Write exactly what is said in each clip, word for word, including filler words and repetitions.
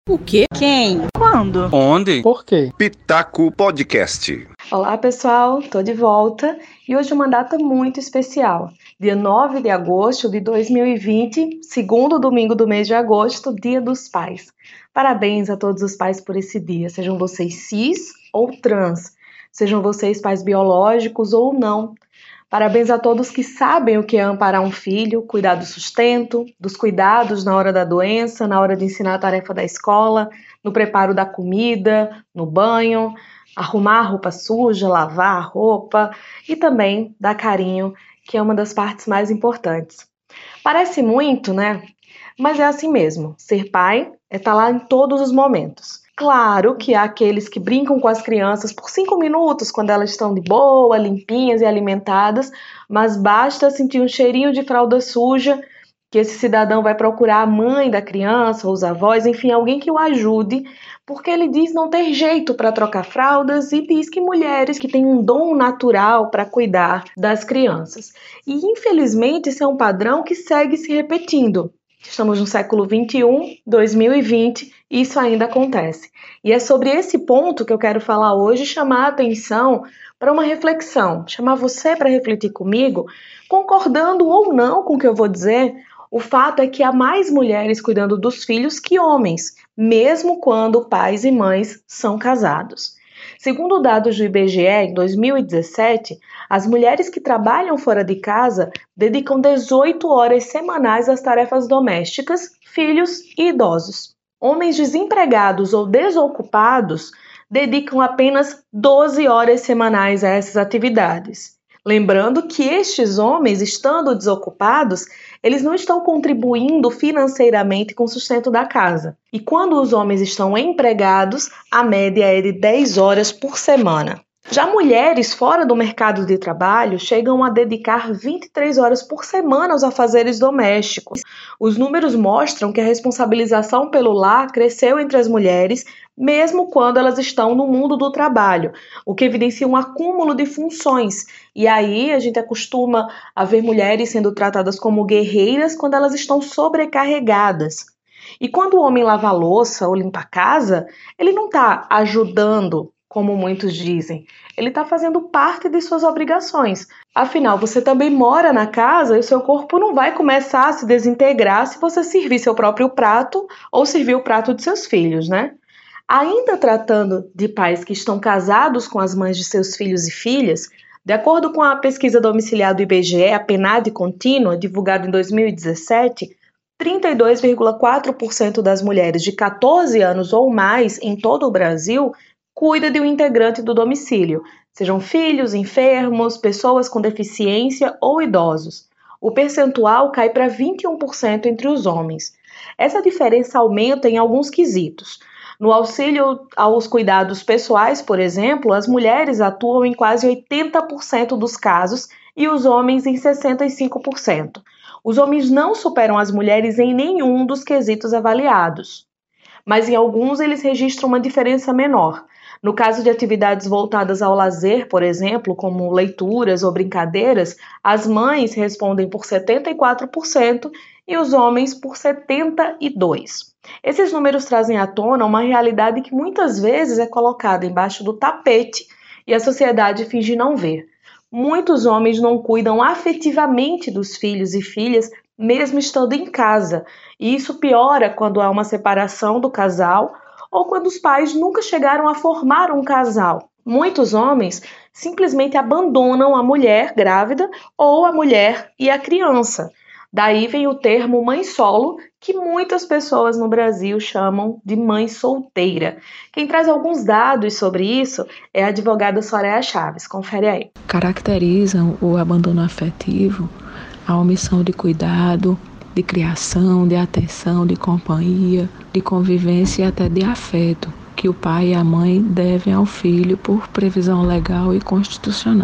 O quê? Quem? Quando? Onde? Por quê? Pitaco Podcast. Olá pessoal, tô de volta e hoje uma data muito especial. Dia nove de agosto de dois mil e vinte, segundo domingo do mês de agosto, Dia dos Pais. Parabéns a todos os pais por esse dia, sejam vocês cis ou trans, sejam vocês pais biológicos ou não. Parabéns a todos que sabem o que é amparar um filho, cuidar do sustento, dos cuidados na hora da doença, na hora de ensinar a tarefa da escola, no preparo da comida, no banho, arrumar a roupa suja, lavar a roupa e também dar carinho, que é uma das partes mais importantes. Parece muito, né? Mas é assim mesmo. Ser pai é estar lá em todos os momentos. Claro que há aqueles que brincam com as crianças por cinco minutos quando elas estão de boa, limpinhas e alimentadas, mas basta sentir um cheirinho de fralda suja que esse cidadão vai procurar a mãe da criança, ou os avós, enfim, alguém que o ajude, porque ele diz não ter jeito para trocar fraldas e diz que mulheres que têm um dom natural para cuidar das crianças. E infelizmente isso é um padrão que segue se repetindo. Estamos no século vinte e um, dois mil e vinte, e isso ainda acontece. E é sobre esse ponto que eu quero falar hoje, chamar a atenção para uma reflexão, chamar você para refletir comigo, concordando ou não com o que eu vou dizer. O fato é que há mais mulheres cuidando dos filhos que homens, mesmo quando pais e mães são casados. Segundo dados do I B G E, em dois mil e dezessete, as mulheres que trabalham fora de casa dedicam dezoito horas semanais às tarefas domésticas, filhos e idosos. Homens desempregados ou desocupados dedicam apenas doze horas semanais a essas atividades. Lembrando que estes homens, estando desocupados, eles não estão contribuindo financeiramente com o sustento da casa. E quando os homens estão empregados, a média é de dez horas por semana. Já mulheres fora do mercado de trabalho chegam a dedicar vinte e três horas por semana aos afazeres domésticos. Os números mostram que a responsabilização pelo lar cresceu entre as mulheres, mesmo quando elas estão no mundo do trabalho, o que evidencia um acúmulo de funções. E aí a gente acostuma a ver mulheres sendo tratadas como guerreiras quando elas estão sobrecarregadas. E quando o homem lava a louça ou limpa a casa, ele não está ajudando, como muitos dizem. Ele está fazendo parte de suas obrigações. Afinal, você também mora na casa e o seu corpo não vai começar a se desintegrar se você servir seu próprio prato ou servir o prato de seus filhos, né? Ainda tratando de pais que estão casados com as mães de seus filhos e filhas, de acordo com a pesquisa domiciliar do I B G E, a PNAD contínua, divulgada em dois mil e dezessete, trinta e dois vírgula quatro por cento das mulheres de catorze anos ou mais em todo o Brasil cuida de um integrante do domicílio, sejam filhos, enfermos, pessoas com deficiência ou idosos. O percentual cai para vinte e um por cento entre os homens. Essa diferença aumenta em alguns quesitos. No auxílio aos cuidados pessoais, por exemplo, as mulheres atuam em quase oitenta por cento dos casos e os homens em sessenta e cinco por cento. Os homens não superam as mulheres em nenhum dos quesitos avaliados, mas em alguns eles registram uma diferença menor. No caso de atividades voltadas ao lazer, por exemplo, como leituras ou brincadeiras, as mães respondem por setenta e quatro por cento e os homens por setenta e dois por cento. Esses números trazem à tona uma realidade que muitas vezes é colocada embaixo do tapete e a sociedade finge não ver. Muitos homens não cuidam afetivamente dos filhos e filhas, mesmo estando em casa, e isso piora quando há uma separação do casal ou quando os pais nunca chegaram a formar um casal. Muitos homens simplesmente abandonam a mulher grávida ou a mulher e a criança. Daí vem o termo mãe solo, que muitas pessoas no Brasil chamam de mãe solteira. Quem traz alguns dados sobre isso é a advogada Soraya Chaves. Confere aí. Caracterizam o abandono afetivo a omissão de cuidado, de criação, de atenção, de companhia, de convivência e até de afeto que o pai e a mãe devem ao filho por previsão legal e constitucional.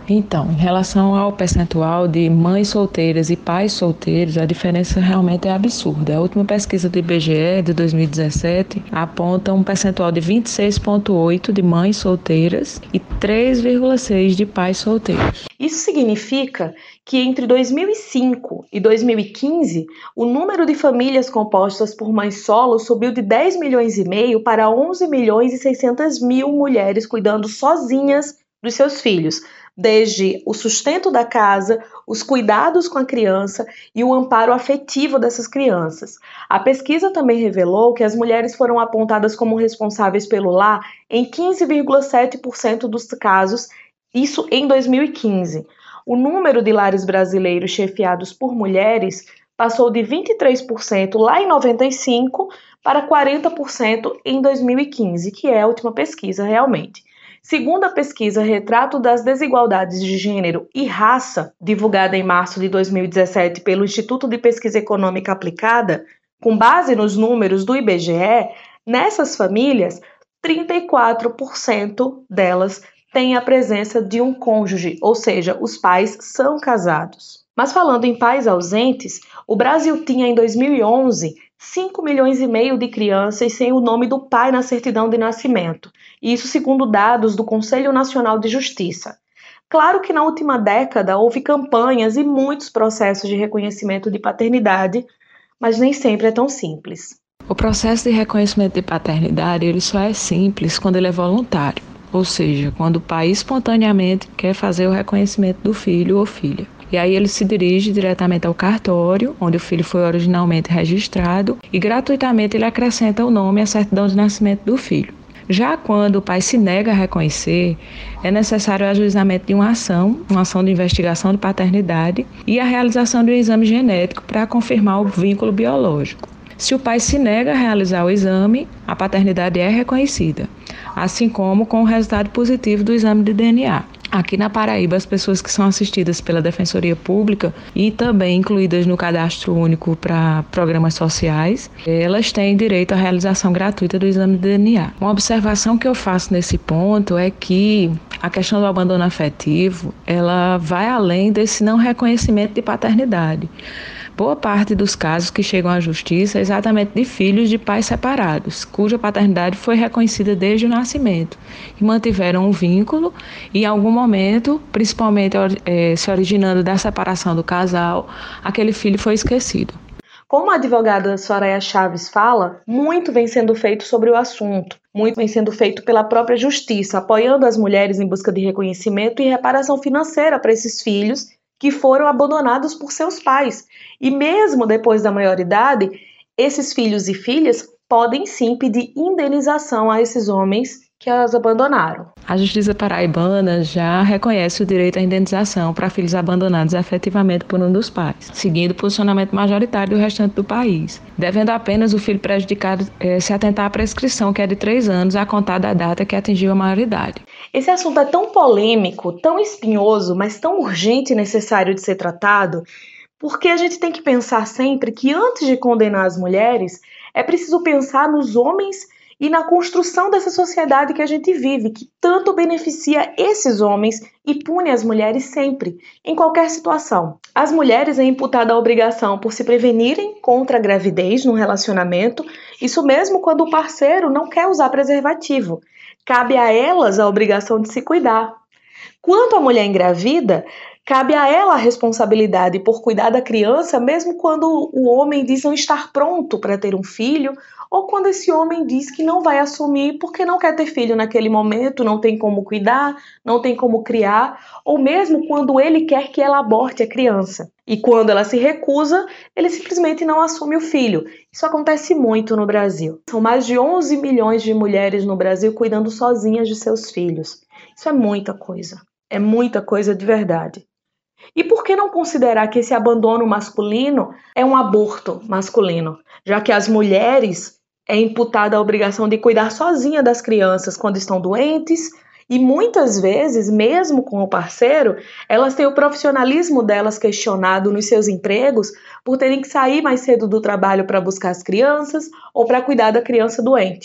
Então, em relação ao percentual de mães solteiras e pais solteiros, a diferença realmente é absurda. A última pesquisa do I B G E de dois mil e dezessete aponta um percentual de vinte e seis vírgula oito por cento de mães solteiras e três vírgula seis por cento de pais solteiros. Isso significa que entre dois mil e cinco e dois mil e quinze, o número de famílias compostas por mães solo subiu de dez milhões e meio para onze milhões e seiscentas mil mulheres cuidando sozinhas dos seus filhos, desde o sustento da casa, os cuidados com a criança e o amparo afetivo dessas crianças. A pesquisa também revelou que as mulheres foram apontadas como responsáveis pelo lar em quinze vírgula sete por cento dos casos, isso em dois mil e quinze. O número de lares brasileiros chefiados por mulheres passou de vinte e três por cento lá em noventa e cinco para quarenta por cento em dois mil e quinze, que é a última pesquisa realmente. Segundo a pesquisa Retrato das Desigualdades de Gênero e Raça, divulgada em março de dois mil e dezessete pelo Instituto de Pesquisa Econômica Aplicada, com base nos números do I B G E, nessas famílias, trinta e quatro por cento delas têm a presença de um cônjuge, ou seja, os pais são casados. Mas falando em pais ausentes, o Brasil tinha em dois mil e onze cinco milhões e meio de crianças sem o nome do pai na certidão de nascimento, isso segundo dados do Conselho Nacional de Justiça. Claro que na última década houve campanhas e muitos processos de reconhecimento de paternidade, mas nem sempre é tão simples. O processo de reconhecimento de paternidade ele só é simples quando ele é voluntário, ou seja, quando o pai espontaneamente quer fazer o reconhecimento do filho ou filha. E aí ele se dirige diretamente ao cartório, onde o filho foi originalmente registrado, e gratuitamente ele acrescenta o nome à certidão de nascimento do filho. Já quando o pai se nega a reconhecer, é necessário o ajuizamento de uma ação, uma ação de investigação de paternidade e a realização de um exame genético para confirmar o vínculo biológico. Se o pai se nega a realizar o exame, a paternidade é reconhecida, assim como com o resultado positivo do exame de D N A. Aqui na Paraíba, as pessoas que são assistidas pela Defensoria Pública e também incluídas no Cadastro Único para programas sociais, elas têm direito à realização gratuita do exame de D N A. Uma observação que eu faço nesse ponto é que a questão do abandono afetivo, ela vai além desse não reconhecimento de paternidade. Boa parte dos casos que chegam à justiça é exatamente de filhos de pais separados, cuja paternidade foi reconhecida desde o nascimento e mantiveram um vínculo e em algum momento, principalmente é, se originando da separação do casal, aquele filho foi esquecido. Como a advogada Soraya Chaves fala, muito vem sendo feito sobre o assunto, muito vem sendo feito pela própria justiça, apoiando as mulheres em busca de reconhecimento e reparação financeira para esses filhos que foram abandonados por seus pais. E mesmo depois da maioridade, esses filhos e filhas podem sim pedir indenização a esses homens que as abandonaram. A Justiça Paraibana já reconhece o direito à indenização para filhos abandonados efetivamente por um dos pais, seguindo o posicionamento majoritário do restante do país, devendo apenas o filho prejudicado eh, se atentar à prescrição, que é de três anos, a contar da data que atingiu a maioridade. Esse assunto é tão polêmico, tão espinhoso, mas tão urgente e necessário de ser tratado, porque a gente tem que pensar sempre que antes de condenar as mulheres, é preciso pensar nos homens e na construção dessa sociedade que a gente vive, que tanto beneficia esses homens e pune as mulheres sempre, em qualquer situação. As mulheres é imputada a obrigação por se prevenirem contra a gravidez no relacionamento, isso mesmo quando o parceiro não quer usar preservativo. Cabe a elas a obrigação de se cuidar. Quanto à mulher engravida, cabe a ela a responsabilidade por cuidar da criança, mesmo quando o homem diz não estar pronto para ter um filho, ou quando esse homem diz que não vai assumir porque não quer ter filho naquele momento, não tem como cuidar, não tem como criar, ou mesmo quando ele quer que ela aborte a criança. E quando ela se recusa, ele simplesmente não assume o filho. Isso acontece muito no Brasil. São mais de onze milhões de mulheres no Brasil cuidando sozinhas de seus filhos. Isso é muita coisa. É muita coisa de verdade. E por que não considerar que esse abandono masculino é um aborto masculino, já que as mulheres é imputada a obrigação de cuidar sozinha das crianças quando estão doentes e muitas vezes, mesmo com o parceiro, elas têm o profissionalismo delas questionado nos seus empregos por terem que sair mais cedo do trabalho para buscar as crianças ou para cuidar da criança doente.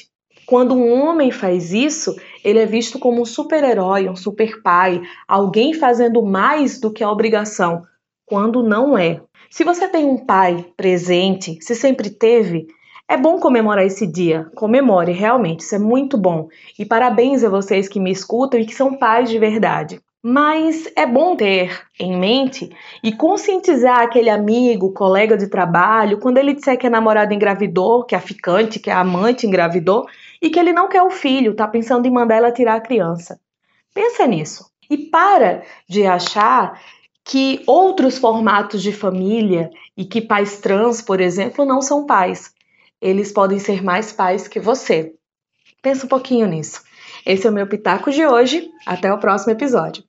Quando um homem faz isso, ele é visto como um super-herói, um super-pai, alguém fazendo mais do que a obrigação, quando não é. Se você tem um pai presente, se sempre teve, é bom comemorar esse dia. Comemore, realmente, isso é muito bom. E parabéns a vocês que me escutam e que são pais de verdade. Mas é bom ter em mente e conscientizar aquele amigo, colega de trabalho, quando ele disser que a namorada engravidou, que a ficante, que a amante engravidou, e que ele não quer o filho, tá pensando em mandar ela tirar a criança. Pensa nisso. E para de achar que outros formatos de família e que pais trans, por exemplo, não são pais. Eles podem ser mais pais que você. Pensa um pouquinho nisso. Esse é o meu pitaco de hoje. Até o próximo episódio.